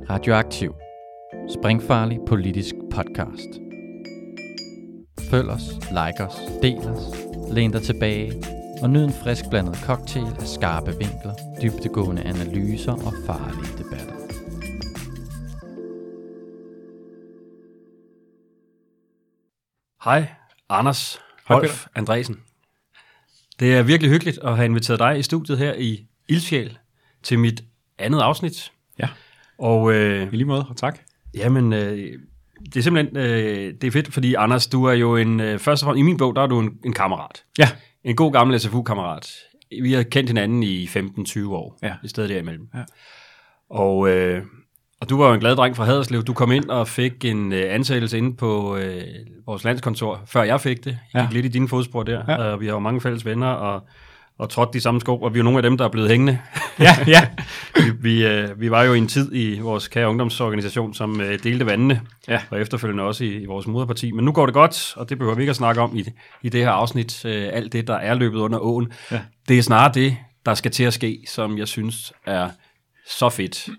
Radioaktiv. Springfarlig politisk podcast. Følg os, like os, del os, læn dig tilbage og nyd en frisk blandet cocktail af skarpe vinkler, dybdegående analyser og farlige debatter. Hej, Anders Wolf Andresen. Det er virkelig hyggeligt at have inviteret dig i studiet her i Ildsjæl til mit andet afsnit. Ja, og i lige måde, og tak. Jamen, det er simpelthen det er fedt, fordi Anders, du er jo først og fremmest, i min bog, der er du en kammerat. Ja. En god gammel SFU-kammerat. Vi har kendt hinanden i 15-20 år, i stedet derimellem. Ja. Og du var jo en glad dreng fra Haderslev. Du kom ind og fik en ansættelse inde på vores landskontor, før jeg fik det. Jeg gik lidt i dine fodspor der. Ja. Vi har jo mange fælles venner og trådte de samme sko, og vi er jo nogle af dem, der er blevet hængende. Ja. vi var jo i en tid i vores kære ungdomsorganisation, som delte vandene, og efterfølgende også i vores moderparti. Men nu går det godt, og det behøver vi ikke at snakke om i det her afsnit. Alt det, der er løbet under åen, det er snarere det, der skal til at ske, som jeg synes er så fedt.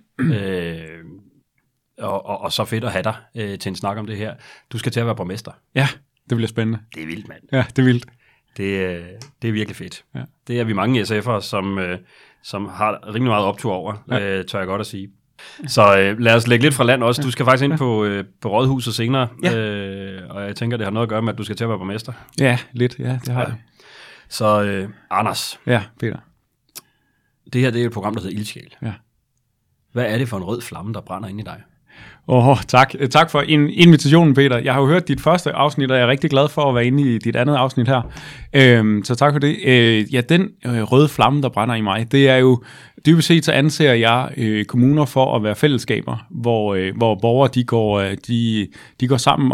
Og så fedt at have dig til en snak om det her. Du skal til at være borgmester. Ja, det bliver spændende. Det er vildt, mand. Ja, det er vildt. Det er virkelig fedt. Ja. Det er vi mange SF'ere, som har rimelig meget optur over, tør jeg godt at sige. Så lad os lægge lidt fra land også. Du skal faktisk ind på Rådhuset senere, og jeg tænker, det har noget at gøre med, at du skal til at være borgmester. Ja, lidt. Ja, det har jeg. Så Anders. Ja, Peter. Det her, det er et program, der hedder Ildsjæl. Ja. Hvad er det for en rød flamme, der brænder inde i dig? Tak. Tak for invitationen, Peter. Jeg har jo hørt dit første afsnit, og jeg er rigtig glad for at være inde i dit andet afsnit her. Så tak for det. Den røde flamme, der brænder i mig, det er jo dybest set, så anser jeg kommuner for at være fællesskaber, hvor borgere de går sammen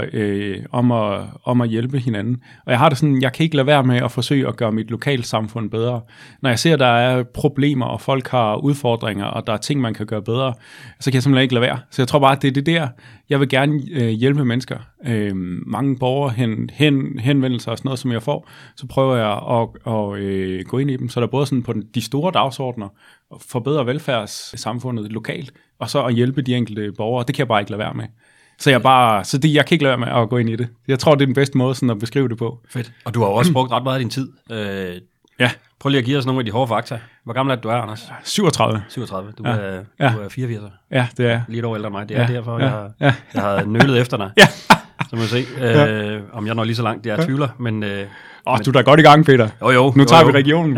om at hjælpe hinanden. Og jeg har det sådan, jeg kan ikke lade være med at forsøge at gøre mit lokalsamfund bedre. Når jeg ser, der er problemer, og folk har udfordringer, og der er ting, man kan gøre bedre, så kan jeg simpelthen ikke lade være. Så jeg tror bare, at det er det der, jeg vil gerne hjælpe mennesker. Mange borgere henvendelser og sådan noget, som jeg får, så prøver jeg at gå ind i dem. Så der er både sådan på de store dagsordner, forbedre velfærdssamfundet lokalt, og så at hjælpe de enkelte borgere. Det kan jeg bare ikke lade være med. Jeg kan ikke lade være med at gå ind i det. Jeg tror, det er den bedste måde sådan at beskrive det på. Fedt. Og du har jo også brugt ret meget af din tid. Ja. Prøv lige at give os nogle af de hårde fakta. Hvor gammel er du, Anders? 37. 37. Du er 84'er. Ja, det er. Lige et år ældre end mig. Det er derfor, jeg har nølet efter dig. Ja. Så må vi se, om jeg når lige så langt. Jeg tvivler, men... du er da godt i gang, Peter. Jo. Nu tager vi regionen.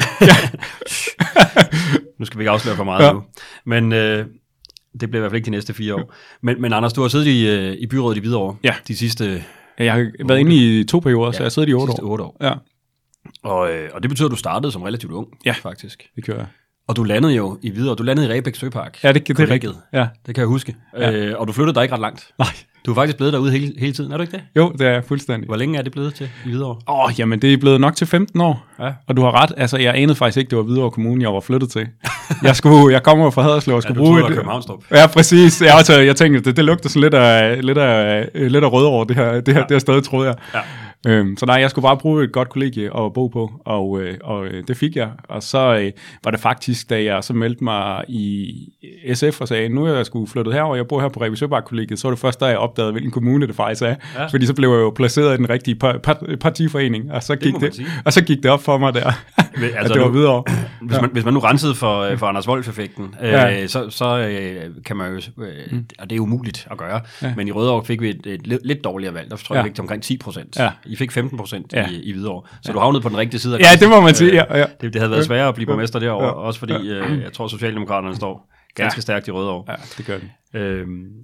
Nu skal vi ikke afsløre for meget nu. Men det bliver i hvert fald ikke de næste 4 år. Men Anders, du har siddet i byrådet i Hvidovre de sidste... Ja, jeg har været inde i 2 perioder, så jeg har siddet i 8 år. De sidste 8 år. Ja. Og det betyder, at du startede som relativt ung, faktisk. Det gør jeg. Og du landede jo i Hvidovre. Du landede i Rebæk Søpark. Ja, det er rigtigt. Ja. Det kan jeg huske. Ja. Og du flyttede dig ikke ret langt. Nej. Du er faktisk blevet derude hele tiden, er du ikke det? Jo, det er jeg fuldstændig. Hvor længe er det blevet til i Hvidovre? Jamen det er blevet nok til 15 år. Ja. Og du har ret, altså jeg anede faktisk ikke, det var Hvidovre Kommune, jeg var flyttet til. Jeg kommer fra Haderslev og skulle bruge et... Københavnstrup. Ja, præcis. Jeg tænkte, det lugter sådan lidt af Rødovre, det her sted, troede jeg. Ja. Så nej, jeg skulle bare bruge et godt kollegie at bo på, og det fik jeg. Og så var det faktisk, da jeg så meldte mig i SF og sagde, nu er jeg sgu flyttet herover, jeg bor her på Rebæk Søpark-kollegiet, så var det først, da jeg opdagede, hvilken kommune det faktisk er. Ja. Fordi så blev jeg jo placeret i den rigtige partiforening, og så gik det op for mig der, at det var videre. Hvis man nu rensede for Anders Wolf-effekten, så kan man jo, og det er umuligt at gøre, men i Rødovre fik vi et lidt dårligere valg, der tror jeg fik til omkring 10%. Ja. I fik 15% i Hvidovre, så du havnede på den rigtige side af det må man sige, ja. Det havde været sværere at blive borgmester derovre, også fordi jeg tror, Socialdemokraterne står ganske stærkt i Rødovre. Ja, det gør de.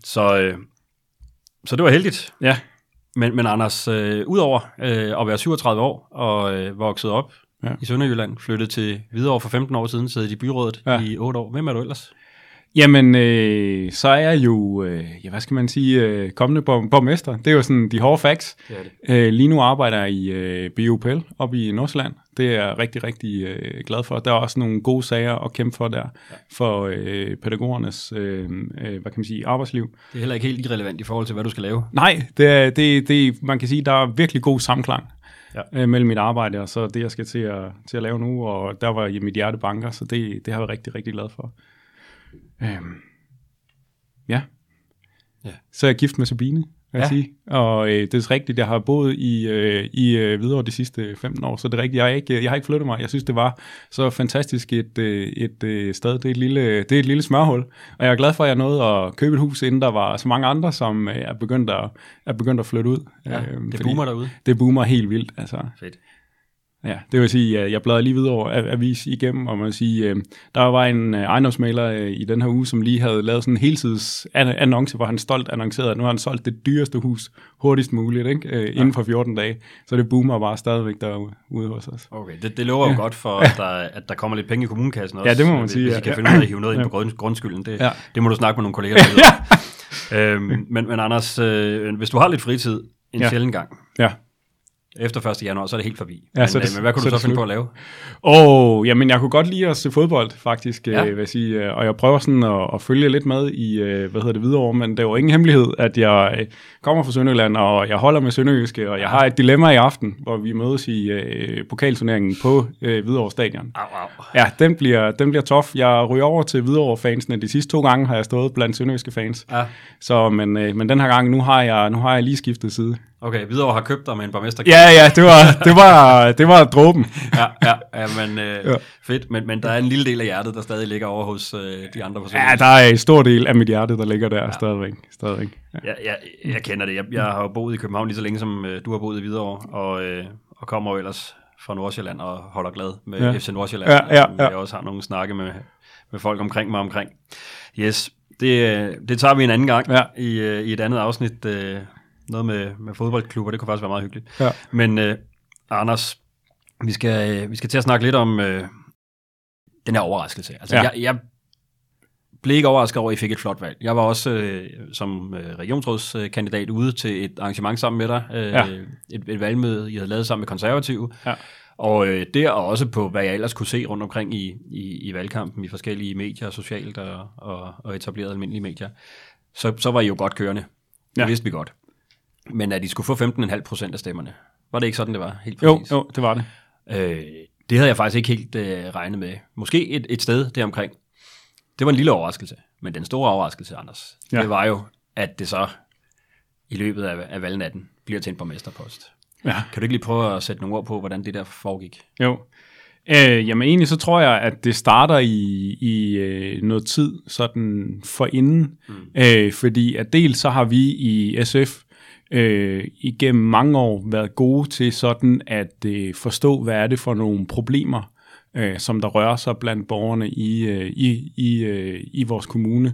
Så det var heldigt. Ja. Men Anders, udover at være 37 år og vokset op i Sønderjylland, flyttet til Hvidovre for 15 år siden, siddet i byrådet i 8 år. Hvem er du ellers? Jamen, så er jeg jo, hvad skal man sige, kommende borgmester. Det er jo sådan de hårde facts. Lige nu arbejder jeg i BUPL oppe i Nordsjælland. Det er jeg rigtig, rigtig glad for. Der er også nogle gode sager at kæmpe for der, for pædagogernes, hvad kan man sige, arbejdsliv. Det er heller ikke helt irrelevant i forhold til, hvad du skal lave. Nej, man kan sige, der er virkelig god samklang mellem mit arbejde og så det, jeg skal til at lave nu. Og der var mit hjerte banker, så det har jeg været rigtig, rigtig glad for. Ja. Så er jeg gift med Sabine, vil jeg sige. Og det er rigtigt, jeg har boet i Hvidovre de sidste 15 år, så det er rigtigt, jeg har ikke flyttet mig. Jeg synes, det var så fantastisk et sted. Det er et lille smørhul, og jeg er glad for, at jeg nåede at købe et hus, inden der var så mange andre, som er begyndt at flytte ud. Ja, det boomer derude. Det boomer helt vildt, altså. Fedt. Ja, det vil sige, at jeg bladrede lige videre over avis igennem, og man vil sige, der var en ejendomsmægler i den her uge, som lige havde lavet sådan en helsides annonce, hvor han stolt annoncerede, at nu har han solgt det dyreste hus hurtigst muligt, ikke? Inden for 14 dage. Så det boomer bare stadigvæk derude hos os. Okay, det lover jo godt for, at der kommer lidt penge i kommunekassen også. Ja, det må man sige. Hvis I kan finde ud af at hive noget ind på grundskylden. Det må du snakke med nogle kolleger der. Men Anders, hvis du har lidt fritid en sjælden gang, efter 1. januar, så er det helt forbi. Men hvad kunne du så finde på at lave? Jamen jeg kunne godt lide at se fodbold, faktisk, vil jeg sige. Og jeg prøver sådan at følge lidt med i, Hvidovre, men det er jo ingen hemmelighed, at jeg kommer fra Sønderjylland, og jeg holder med sønderjyske, og jeg har et dilemma i aften, hvor vi mødes i pokalturneringen på Hvidovre Stadion. Ja, den bliver tof. Jeg ryger over til Hvidovre-fansene. De sidste 2 gange har jeg stået blandt sønderjyske fans. Ja. Så, men den her gang, nu har jeg lige skiftet side. Okay, Hvidovre har købt dig med en borgmester. Ja, det var dråben. Fedt, men der er en lille del af hjertet, der stadig ligger over hos de andre personer. Ja, der er en stor del af mit hjerte, der ligger der stadigvæk. Ja. Jeg kender det. Jeg har jo boet i København lige så længe, som du har boet i Hvidovre, og kommer jo ellers fra Nordsjælland og holder glad med FC Nordsjælland. Jeg også har nogle snakke med folk omkring mig omkring. Yes, det tager vi en anden gang i et andet afsnit. Noget med fodboldklubber, det kunne faktisk være meget hyggeligt. Ja. Men Anders, vi skal til at snakke lidt om den her overraskelse. Altså, jeg blev ikke overrasket over, at I fik et flot valg. Jeg var også som regionsrådskandidat ude til et arrangement sammen med dig. Et valgmøde, I havde lavet sammen med Konservative. Ja. Og der og også på, hvad jeg ellers kunne se rundt omkring i valgkampen, i forskellige medier, socialt og etablerede almindelige medier, så var I jo godt kørende. Det vidste vi godt. Men at de skulle få 15,5% af stemmerne. Var det ikke sådan, det var? Helt præcis? Jo, det var det. Det havde jeg faktisk ikke helt regnet med. Måske et sted deromkring. Det var en lille overraskelse. Men den store overraskelse, Anders, det var jo, at det så i løbet af valgnatten bliver til en borgmesterpost. Ja. Kan du ikke lige prøve at sætte nogle ord på, hvordan det der foregik? Jo. Jamen egentlig så tror jeg, at det starter i noget tid sådan forinden. Fordi at dels så har vi i SF igennem mange år været gode til sådan at forstå, hvad er det for nogle problemer, som der rører sig blandt borgerne i vores kommune.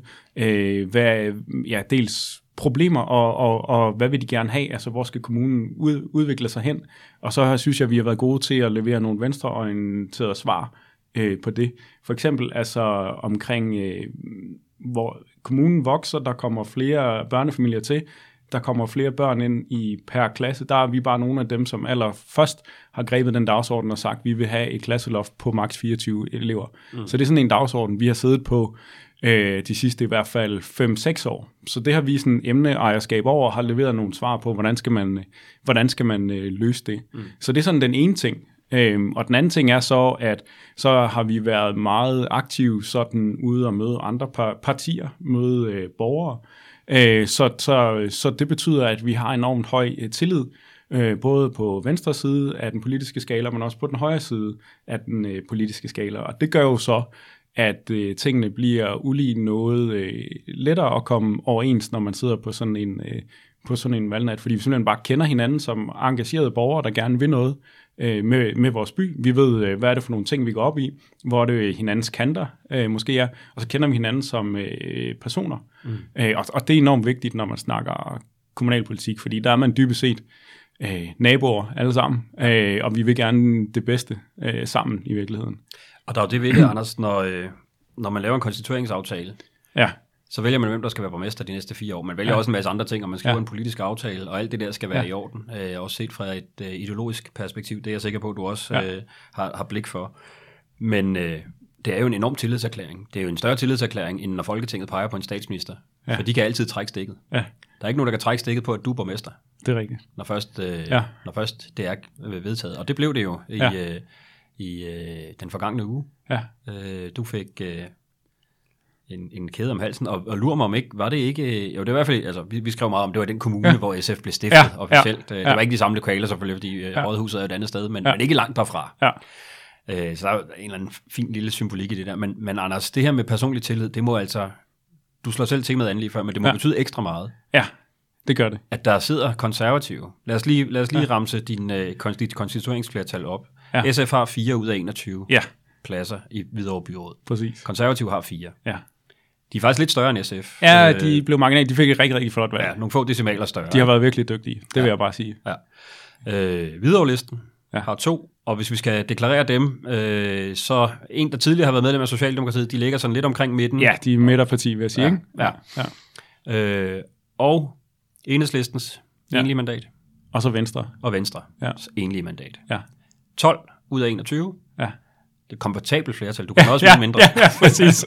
Dels problemer, og hvad vil de gerne have? Altså, hvor skal kommunen udvikle sig hen? Og så synes jeg, vi har været gode til at levere nogle venstreorienterede svar på det. For eksempel altså omkring, hvor kommunen vokser, der kommer flere børnefamilier til, der kommer flere børn ind per klasse. Der er vi bare nogle af dem, som allerførst har grebet den dagsorden og sagt, at vi vil have et klasseloft på maks 24 elever. Så det er sådan en dagsorden, vi har siddet på de sidste i hvert fald 5-6 år. Så det har vi sådan emneejerskab over og har leveret nogle svar på, hvordan skal man løse det. Så det er sådan den ene ting. Og den anden ting er så, at så har vi været meget aktive sådan ude og møde andre partier, møde borgere. Så det betyder, at vi har enormt høj tillid, både på venstre side af den politiske skala, men også på den højre side af den politiske skala. Og det gør jo så, at tingene bliver ulige noget lettere at komme overens, når man sidder på sådan en valgnat, fordi vi simpelthen bare kender hinanden som engagerede borgere, der gerne vil noget med vores by. Vi ved, hvad er det for nogle ting, vi går op i, hvor det hinandens kanter måske er, og så kender vi hinanden som personer. Og det er enormt vigtigt, når man snakker kommunalpolitik, fordi der er man dybest set naboer alle sammen, og vi vil gerne det bedste sammen i virkeligheden. Og der er jo det ved det, Anders, når man laver en konstitueringsaftale, så vælger man, hvem der skal være borgmester de næste 4 år. Man vælger også en masse andre ting, og man skriver en politisk aftale, og alt det der skal være i orden. Også set fra et ideologisk perspektiv, det er jeg sikker på, at du også har blik for. Men det er jo en enorm tillidserklæring. Det er jo en større tillidserklæring, end når Folketinget peger på en statsminister. For de kan altid trække stikket. Der er ikke nogen, der kan trække stikket på, at du er borgmester. Det er rigtigt. Når først det er vedtaget. Og det blev det jo i den forgangne uge. Du fik en kæde om halsen, og lurer mig om ikke, var det ikke, jo det var i hvert fald, altså vi skrev meget om, det var den kommune, hvor SF blev stiftet officielt. Det var ikke de samme lokaler selvfølgelig, fordi rådhuset er et andet sted, men ikke langt derfra. Ja. Så der er en eller anden fin lille symbolik i det der, men Anders, det her med personlig tillid, det må altså, du slår selv temaet an lige før, men det må betyde ekstra meget. Ja, det gør det. At der sidder konservative. Lad os lige ramse dit konstitueringsflertal op. Ja. SF har 4 ud af 21 pladser i Hvidovre Byråd. Præcis. Konservative har 4. Ja. De er faktisk lidt større end SF. Ja, de blev marginalt. De fik et rigtig, rigtig flot valg. Ja, nogle få decimaler større. De har været virkelig dygtige. Det vil jeg bare sige. Ja. Hvidovre-listen har 2, og hvis vi skal deklarere dem, så en, der tidligere har været medlem af Socialdemokratiet, de ligger sådan lidt omkring midten. Ja, de er midterparti, vil jeg sige. Ikke? Ja. Og Enhedslistens enlige mandat. Og så Venstre. Og Venstre. Enlige mandat. Ja. 12 ud af 21. Ja. Det er komfortabelt flertal. Du kan også blive mindre. Ja, præcis.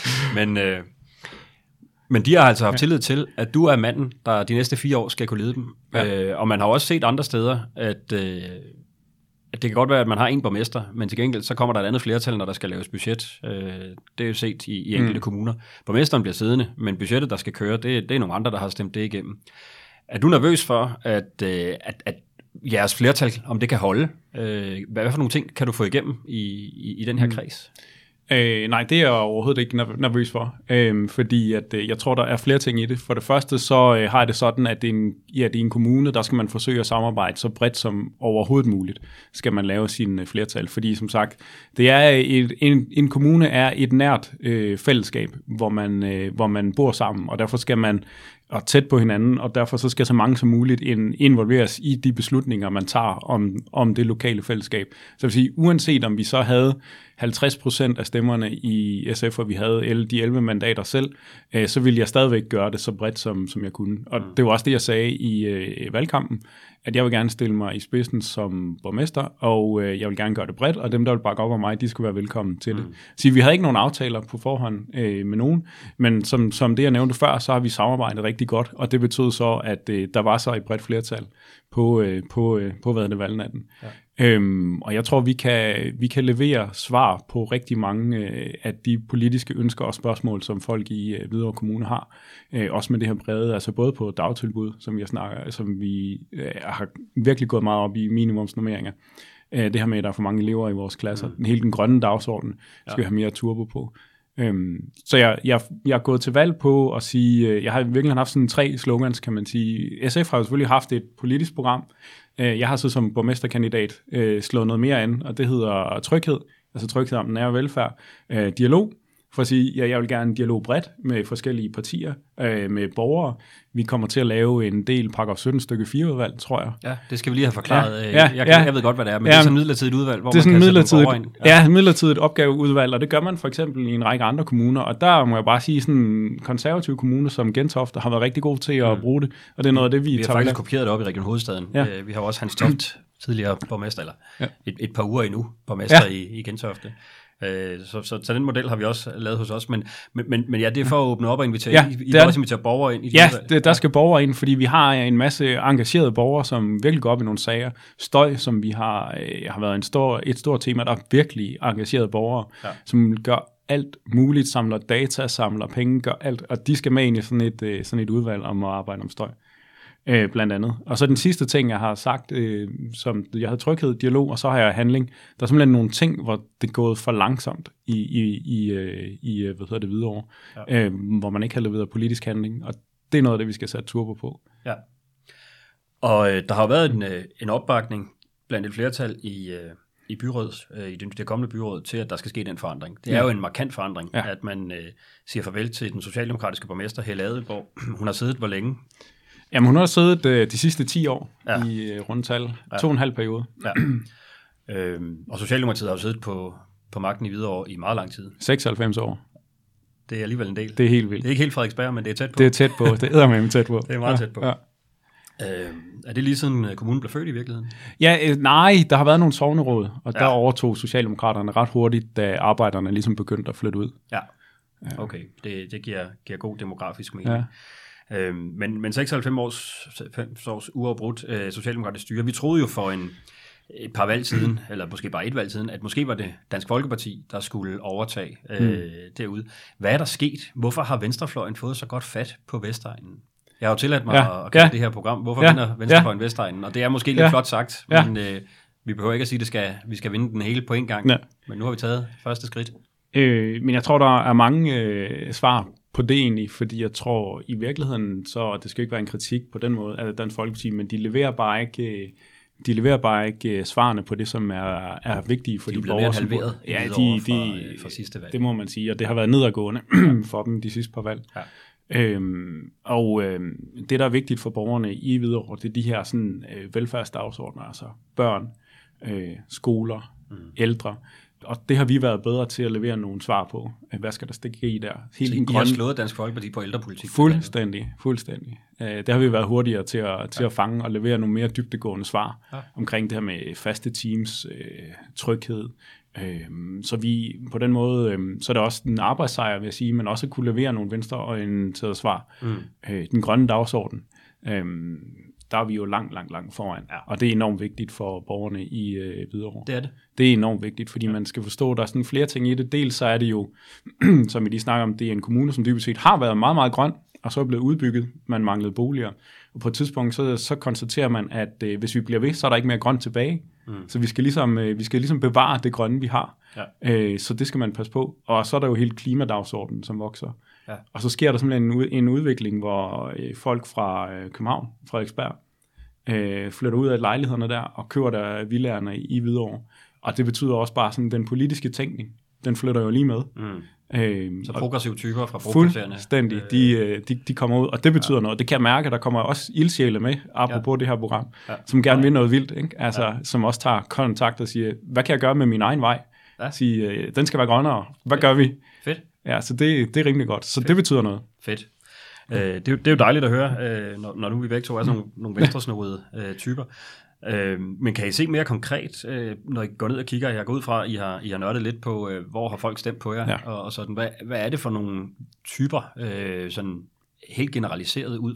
Men de har altså haft tillid til, at du er manden, der de næste 4 år skal kunne lede dem. Ja. Og man har også set andre steder, at det kan godt være, at man har en borgmester, men til gengæld så kommer der et andet flertal, når der skal laves budget. Det er jo set i enkelte kommuner. Borgmesteren bliver siddende, men budgettet, der skal køre, det er nogle andre, der har stemt det igennem. Er du nervøs for, at jeres flertal, om det kan holde? Hvad for nogle ting kan du få igennem i den her kreds? Nej, det er jeg overhovedet ikke nervøs for, fordi at, jeg tror, der er flere ting i det. For det første, så har jeg det sådan, at det er en kommune, der skal man forsøge at samarbejde så bredt som overhovedet muligt, skal man lave sin flertal. Fordi som sagt, det er en kommune er et nært fællesskab, hvor man bor sammen, og derfor skal man og tæt på hinanden, og derfor så skal så mange som muligt involveres i de beslutninger, man tager om det lokale fællesskab. Så vil sige, uanset om vi så havde 50% af stemmerne i SF, og vi havde de 11 mandater selv, så ville jeg stadigvæk gøre det så bredt, som jeg kunne. Og det var også det, jeg sagde i valgkampen, at jeg vil gerne stille mig i spidsen som borgmester, og jeg vil gerne gøre det bredt, og dem, der vil bakke op om mig, de skulle være velkommen til det. Så vi havde ikke nogen aftaler på forhånd med nogen, men som det, jeg nævnte før, så har vi samarbejdet rigtig godt, og det betød så, at der var så et bredt flertal på valgnatten. Ja. Og jeg tror, vi kan levere svar på rigtig mange af de politiske ønsker og spørgsmål, som folk i Hvidovre Kommune har. Også med det her brede, altså både på dagtilbud, som vi har virkelig gået meget op i minimumsnormeringer. Det her med, at der er for mange elever i vores klasser. Hele den grønne dagsorden skal vi have mere turbo på. Så jeg er gået til valg på at sige, jeg har virkelig haft sådan 3 slogans, kan man sige. SF har jo selvfølgelig haft et politisk program. Jeg har så som borgmesterkandidat slået noget mere an, og det hedder tryghed, altså tryghed om den nære velfærd, dialog, for at sige, jeg vil gerne dialog bredt med forskellige partier, med borgere. Vi kommer til at lave en del paragraf 17 stykke 4-udvalg, tror jeg. Ja, det skal vi lige have forklaret. Jeg ved godt, hvad det er, men det er sådan et midlertidigt udvalg, hvor det er man kan sætte borgere ind. Et midlertidigt opgaveudvalg, og det gør man for eksempel i en række andre kommuner, og der må jeg bare sige, sådan en konservativ kommune som Gentofte har været rigtig god til at bruge det, og det er noget af det, vi har faktisk kopieret det op i Region Hovedstaden. Ja. Vi har også Hans Toft, tidligere borgmester, eller et par uger endnu, borgmester i Gentofte. Så den model har vi også lavet hos os, men ja, det er for at åbne op og invitere, I også invitere borgere ind i de der skal borgere ind, fordi vi har en masse engagerede borgere, som virkelig går op i nogle sager. Støj, som vi har været et stort tema, der er virkelig engagerede borgere, som gør alt muligt, samler data, samler penge, gør alt, og de skal med ind i sådan et udvalg om at arbejde om støj. Blandt andet. Og så den sidste ting, jeg har sagt, som jeg havde tryghed, dialog, og så har jeg handling. Der er simpelthen nogle ting, hvor det er gået for langsomt i Hvidovre, hvor man ikke har leveret politisk handling, og det er noget af det, vi skal sætte turbo på. Ja. Og der har været en opbakning blandt et flertal i byrådet, i det kommende byråd, til at der skal ske den forandring. Det er jo en markant forandring, at man siger farvel til den socialdemokratiske borgmester, Helle Adelborg. Hun har siddet hvor længe? Jamen, hun har siddet de sidste 10 år i rundtal. 2,5 periode. Ja. Og Socialdemokratiet har jo siddet på magten i Hvidovre i meget lang tid. 96 år. Det er alligevel en del. Det er helt vildt. Det er ikke helt Frederiksberg, men det er tæt på. Det er tæt på. Det er eddermame tæt på. Det er meget tæt på. Ja. Er det lige siden kommunen blev født i virkeligheden? Ja, nej, der har været nogle sogneråd, og der overtog Socialdemokraterne ret hurtigt, da arbejderne ligesom begyndte at flytte ud. Ja, okay. Det giver god demografisk mening. Ja. Men 96 års uafbrudt socialdemokratisk styre. Vi troede jo for et par valg siden, eller måske bare et valg siden, at måske var det Dansk Folkeparti, der skulle overtage derude. Hvad er der sket? Hvorfor har venstrefløjen fået så godt fat på Vestegnen? Jeg har jo tilladt mig at kalde det her program. Hvorfor vinder venstrefløjen Vestegnen? Og det er måske lidt flot sagt, men vi behøver ikke at sige, at vi skal vinde den hele på en gang. Ja. Men nu har vi taget første skridt. Men jeg tror, der er mange svar på det egentlig, fordi jeg tror i virkeligheden, så det skal ikke være en kritik på den måde af Dansk Folkeparti, men de leverer bare ikke svarene på det, som er vigtige for de borgere. De er halveret fra sidste valg. Det må man sige, og det har været nedadgående for dem de sidste par valg. Ja. Det, der er vigtigt for borgerne i Hvidovre, det er de her sådan, velfærdsdagsordner, altså børn, skoler, ældre. Og det har vi været bedre til at levere nogle svar på. Hvad skal der stikke i der? Helt så I har slået Dansk Folkeparti på ældrepolitik? Fuldstændig. Det har vi været hurtigere til at fange og levere nogle mere dybdegående svar omkring det her med faste teams, tryghed. Så vi på den måde, så er det også en arbejdssejr, vil jeg sige, men også at kunne levere nogle venstreorienterede svar. Den grønne dagsorden. Der er vi jo langt foran. Ja. Og det er enormt vigtigt for borgerne i Hvidovre. Det er det. Det er enormt vigtigt, fordi man skal forstå, at der er sådan flere ting i det. Dels så er det jo, som vi lige snakker om, det er en kommune, som dybest set har været meget, meget grøn, og så er blevet udbygget. Man manglede boliger. Og på et tidspunkt, så konstaterer man, at hvis vi bliver ved, så er der ikke mere grønt tilbage. Så vi skal ligesom bevare det grønne, vi har. Ja. Så det skal man passe på. Og så er der jo hele klimadagsordenen, som vokser. Ja. Og så sker der simpelthen en udvikling, hvor folk fra København, Frederiksberg, flytter ud af lejlighederne der, og køber der villagerne i Hvidovre. Og det betyder også bare sådan, den politiske tænkning, den flytter jo lige med. Så progressive typer fra brokvartererne. Fuldstændig. De kommer ud, og det betyder noget. Det kan jeg mærke, der kommer også ildsjæle med, apropos det her program, som gerne vil noget vildt, ikke? Altså, som også tager kontakt og siger, hvad kan jeg gøre med min egen vej? Sige, den skal være grønnere. Hvad gør vi? Fedt. Ja, så det er rimelig godt. Så det betyder noget. Fedt. Det er jo dejligt at høre, når nu vi begge to er sådan nogle venstresnodede typer. Men kan I se mere konkret, når I går ned og kigger? Jeg går ud fra, I har nørdet lidt på, hvor har folk stemt på jer, og sådan. Hvad er det for nogle typer, sådan helt generaliseret ud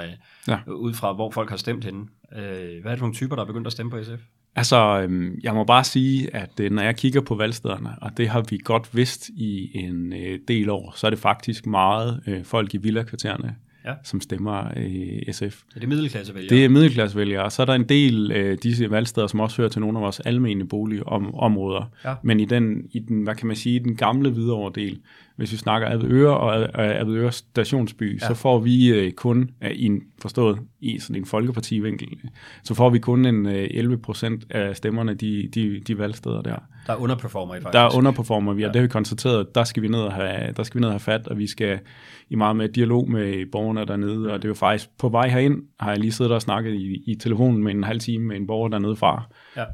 fra, hvor folk har stemt henne? Hvad er det for nogle typer, der er begyndt at stemme på SF? Altså, jeg må bare sige, at når jeg kigger på valgstederne, og det har vi godt vidst i en del år, så er det faktisk meget folk i villakvartererne, som stemmer SF. Er det middelklassevælgere? Det er middelklassevælgere, og så er der en del disse valgsteder, som også hører til nogle af vores almene boligområder. Ja. Men i den, hvad kan man sige, den gamle Hvidovre-del, hvis vi snakker Avedøre og Avedøre stationsby, så får vi kun, i sådan en folkepartivinkel, så får vi kun en 11% af stemmerne, de valgsteder der. Der underperformer I faktisk. Der underperformer vi, og det har vi konstateret, der skal vi ned og have fat, og vi skal i meget med dialog med borgerne dernede, og det er jo faktisk på vej herind, har jeg lige siddet og snakket i telefonen med en halv time med en borger dernede fra,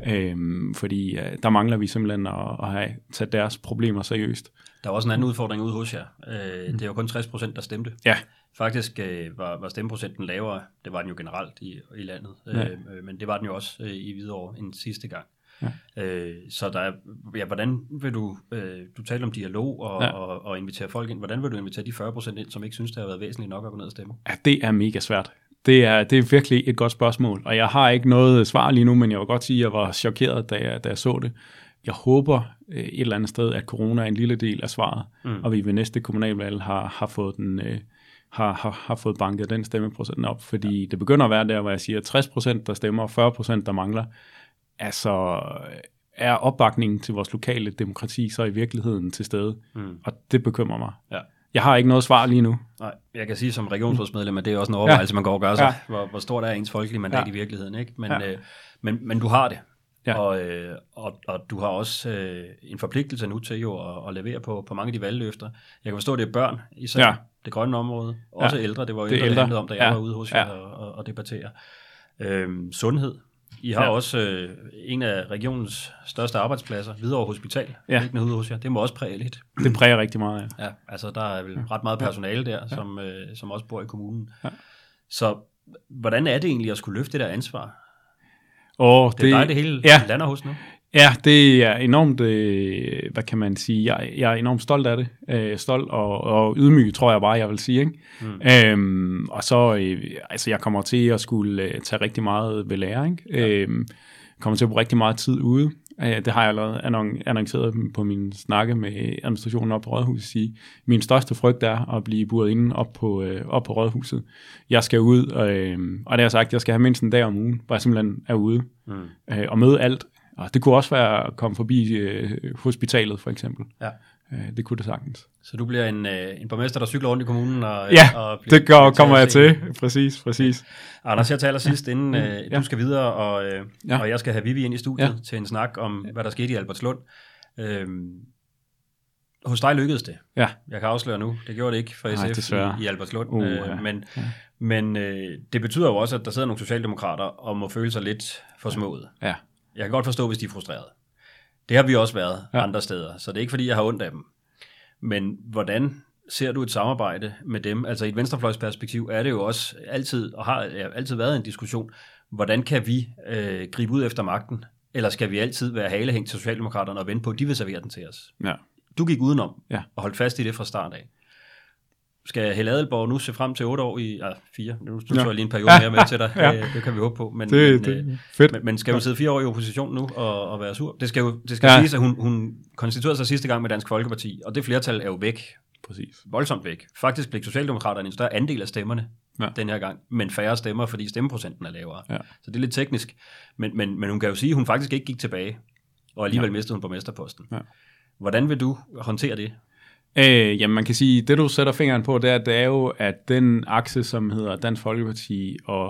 fordi der mangler vi simpelthen at have taget deres problemer seriøst. Der er også en anden udfordring ude hos jer. Det er jo kun 60%, der stemte. Ja. Faktisk var stemmeprocenten lavere. Det var den jo generelt i landet. Men det var den jo også i Hvidovre en sidste gang. Ja. Så der er, hvordan vil du taler om dialog og invitere folk ind. Hvordan vil du invitere de 40% ind, som ikke synes, det har været væsentligt nok at gå ned og stemme? Ja, det er mega svært. Det er virkelig et godt spørgsmål. Og jeg har ikke noget svar lige nu, men jeg vil godt sige, at jeg var chokeret, da jeg så det. Jeg håber et eller andet sted, at corona er en lille del af svaret, og vi ved næste kommunalvalg har fået den har fået banket den stemmeprocenten op, fordi det begynder at være der, hvor jeg siger 60%, der stemmer, og 40%, der mangler. Altså er opbakningen til vores lokale demokrati så i virkeligheden til stede, og det bekymrer mig. Ja. Jeg har ikke noget svar lige nu. Nej, jeg kan sige som regionsrådsmedlem, at det er også en overvejelse, man går og gør sig, hvor stort er ens folkelige mandat i virkeligheden, ikke? Men du har det. Ja. Og du har også en forpligtelse nu til jo at levere på mange af de valgløfter. Jeg kan forstå, at det er børn, især det grønne område. Også ældre, det var jo ældre, det handlede om, da jeg var ude hos jer og debattere. Sundhed. I har også en af regionens største arbejdspladser, Hvidovre Hospital, liggende ude hos jer. Det må også præge lidt. Det præger rigtig meget, ja. Altså, der er vel ret meget personale der, som også bor i kommunen. Ja. Så hvordan er det egentlig at skulle løfte det der ansvar? Det er dig, det hele lander hos nu. Ja, det er enormt, hvad kan man sige, jeg er enormt stolt af det. Stolt og ydmyg, tror jeg bare, jeg vil sige. Ikke? Og så, altså jeg kommer til at skulle tage rigtig meget ved lære. Ikke? kommer til at bruge rigtig meget tid ude. Det har jeg allerede annonceret på mine snakke med administrationen op på Rådhuset. Min største frygt er at blive buret inde op på Rådhuset. Jeg skal ud, og det har jeg sagt, jeg skal have mindst en dag om ugen, hvor jeg simpelthen er ude og møde alt. Og det kunne også være at komme forbi hospitalet, for eksempel. Ja. Det kunne det sagtens. Så du bliver en borgmester, der cykler rundt i kommunen? Og det kommer jeg til. Præcis. Anders, jeg taler sidst, inden du skal videre, og jeg skal have Vivi ind i studiet til en snak om, hvad der skete i Albertslund. Hos dig lykkedes det. Ja. Jeg kan afsløre nu, det gjorde det ikke for SF i Albertslund. Men det betyder jo også, at der sidder nogle socialdemokrater og må føle sig lidt forsmået. Ja. Jeg kan godt forstå, hvis de er frustrerede. Det har vi også været andre steder, så det er ikke fordi, jeg har ondt af dem. Men hvordan ser du et samarbejde med dem? Altså i et venstrefløjsperspektiv er det jo også altid, og har altid været en diskussion, hvordan kan vi gribe ud efter magten? Eller skal vi altid være halehængt til Socialdemokraterne og vente på, at de vil servere den til os? Ja. Du gik udenom og holdt fast i det fra start af. Skal Helle Adelborg nu se frem til 8 år i 4? Nu tror jeg lige en periode mere med til dig. Det kan vi håbe på. Men skal hun sidde 4 år i opposition nu og være sur? Det skal siges, at hun konstituerede sig sidste gang med Dansk Folkeparti, og det flertal er jo væk. Præcis. Voldsomt væk. Faktisk blev Socialdemokraterne en større andel af stemmerne den her gang, men færre stemmer, fordi stemmeprocenten er lavere. Ja. Så det er lidt teknisk. Men hun kan jo sige, at hun faktisk ikke gik tilbage, og alligevel mistede hun borgmesterposten. Ja. Hvordan vil du håndtere det? Jamen man kan sige, det du sætter fingeren på, det er jo, at den akse, som hedder Dansk Folkeparti og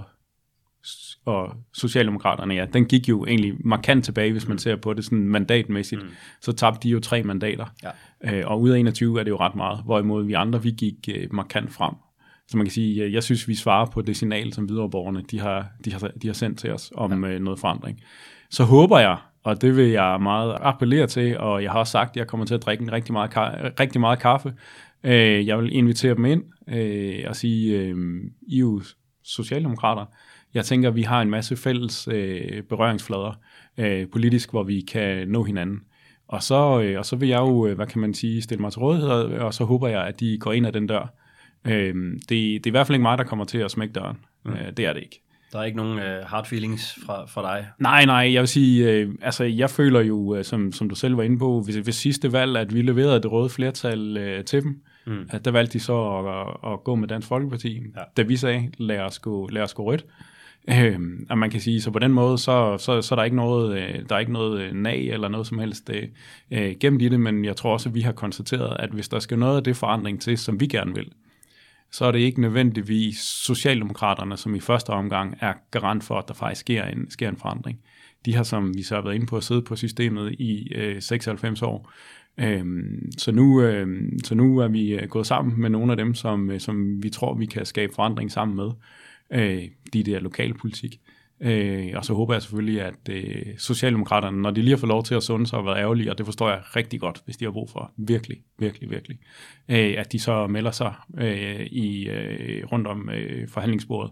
Socialdemokraterne, den gik jo egentlig markant tilbage, hvis man ser på det sådan mandatmæssigt. Så tabte de jo 3 mandater. Ja. Og ud af 21 er det jo ret meget, hvorimod vi andre, vi gik markant frem. Så man kan sige, jeg synes, vi svarer på det signal, som Hvidovreborgerne, de har sendt til os om noget forandring. Så håber jeg, og det vil jeg meget appellere til, og jeg har også sagt, at jeg kommer til at drikke rigtig meget kaffe. Jeg vil invitere dem ind og sige, I er jo socialdemokrater. Jeg tænker, at vi har en masse fælles berøringsflader politisk, hvor vi kan nå hinanden. Og så vil jeg jo, stille mig til rådighed, og så håber jeg, at de går ind ad den dør. Det er i hvert fald ikke mig, der kommer til at smække døren. Det er det ikke. Der er ikke nogen hard feelings fra dig? Nej, jeg vil sige, jeg føler jo, som du selv var inde på, ved sidste valg, at vi leverede det røde flertal til dem. At der valgte de så at gå med Dansk Folkeparti, da vi sagde, lad os gå rødt. Og man kan sige, så på den måde, så er der ikke noget nag eller noget som helst gemt i det, men jeg tror også, at vi har konstateret, at hvis der skal noget af det forandring til, som vi gerne vil, så er det ikke nødvendigvis Socialdemokraterne, som i første omgang er garant for, at der faktisk sker en forandring. De har, som vi så har været inde på, at sidde på systemet i 96 år. Så nu er vi gået sammen med nogle af dem, som vi tror, vi kan skabe forandring sammen med. De der lokalpolitik. Og så håber jeg selvfølgelig, at Socialdemokraterne, når de lige har fået lov til at sunde sig og været ærgerlige, og det forstår jeg rigtig godt, hvis de har brug for, virkelig, at de så melder sig rundt om forhandlingsbordet,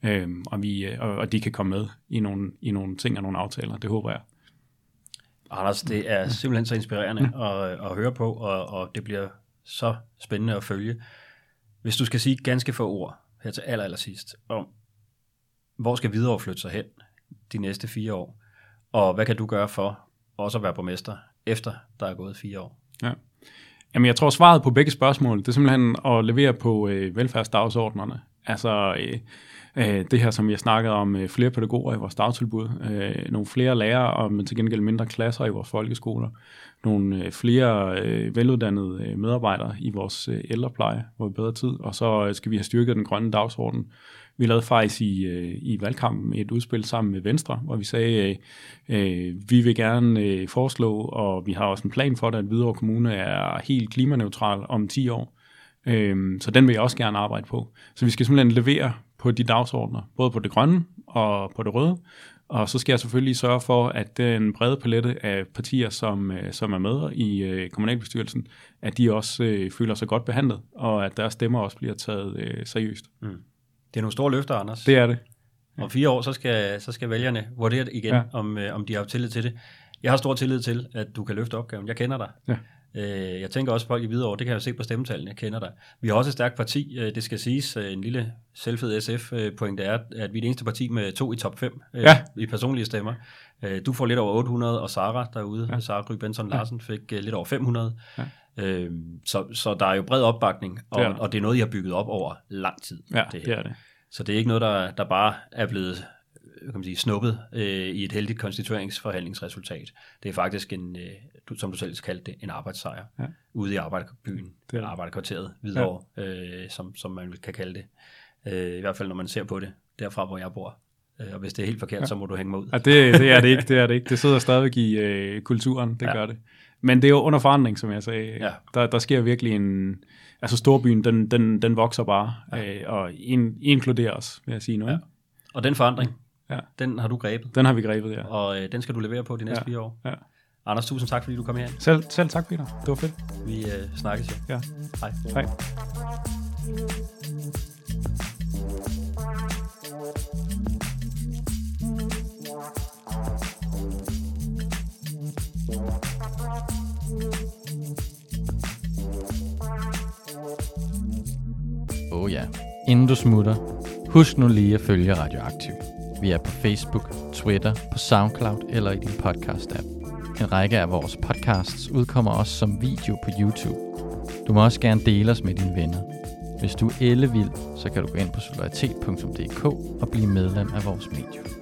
og de kan komme med i nogle ting og nogle aftaler. Det håber jeg. Anders, det er simpelthen så inspirerende at høre på, og det bliver så spændende at følge. Hvis du skal sige ganske få ord her til allersidst om, hvor skal Hvidovre flytte sig hen de næste 4 år, og hvad kan du gøre for også at være borgmester, efter der er gået 4 år? Ja. Jamen, jeg tror, svaret på begge spørgsmål, det er simpelthen at levere på velfærdsdagsordnerne. Altså det her, som jeg snakkede om, flere pædagoger i vores dagtilbud, nogle flere lærere, men til gengæld mindre klasser i vores folkeskoler, nogle flere veluddannede medarbejdere i vores ældrepleje, hvor vi bedre tid, og så skal vi have styrket den grønne dagsorden. Vi lavede faktisk i valgkampen et udspil sammen med Venstre, hvor vi sagde, vi vil gerne foreslå, og vi har også en plan for det, at Hvidovre Kommune er helt klimaneutral om 10 år. Så den vil jeg også gerne arbejde på. Så vi skal simpelthen levere på de dagsordner, både på det grønne og på det røde. Og så skal jeg selvfølgelig sørge for, at den brede palette af partier, som er med i kommunalbestyrelsen, at de også føler sig godt behandlet, og at deres stemmer også bliver taget seriøst. Det er nogle store løfter, Anders. Det er det. Om 4 år, så skal vælgerne vurdere igen, om de har tillid til det. Jeg har stor tillid til, at du kan løfte opgaven. Jeg kender dig. Ja. Jeg tænker også, folk i Hvidovre, det kan jeg jo se på stemmetallene, jeg kender dig. Vi har også et stærkt parti, det skal siges, en lille selvfed SF-point er, at vi er det eneste parti med 2 i top 5 i personlige stemmer. Du får lidt over 800, og Sara derude, Sara Gry Benson Larsen, fik lidt over 500. Ja. Så der er jo bred opbakning, og det er noget, I har bygget op over lang tid. Ja, det er det. Så det er ikke noget, der bare er blevet snuppet i et heldigt konstitueringsforhandlingsresultat. Det er faktisk som du selv kaldte det, en arbejdssejr ude i arbejderbyen, arbejderkvarteret Hvidovre, som man kan kalde det. I hvert fald, når man ser på det, derfra hvor jeg bor. Og hvis det er helt forkert, så må du hænge mig ud. Ja, det er det ikke. Det sidder stadigvæk i kulturen, det gør det. Men det er jo under forandring, som jeg sagde. Ja. Der sker virkelig altså storbyen, den vokser bare, og inkluderer os, vil jeg sige nu. Ja. Og den forandring, den har du grebet. Den har vi grebet, ja. Og den skal du levere på de næste 4 år. Ja. Anders, tusind tak, fordi du kom herind. Selv tak, Peter. Det var fedt. Vi snakkes jo. Ja. Hej. Ja. Inden du smutter, husk nu lige at følge Radioaktiv. Vi er på Facebook, Twitter, på SoundCloud eller i din podcast-app. En række af vores podcasts udkommer også som video på YouTube. Du må også gerne dele os med dine venner. Hvis du er ellevild, så kan du gå ind på solidaritet.dk og blive medlem af vores mediehus.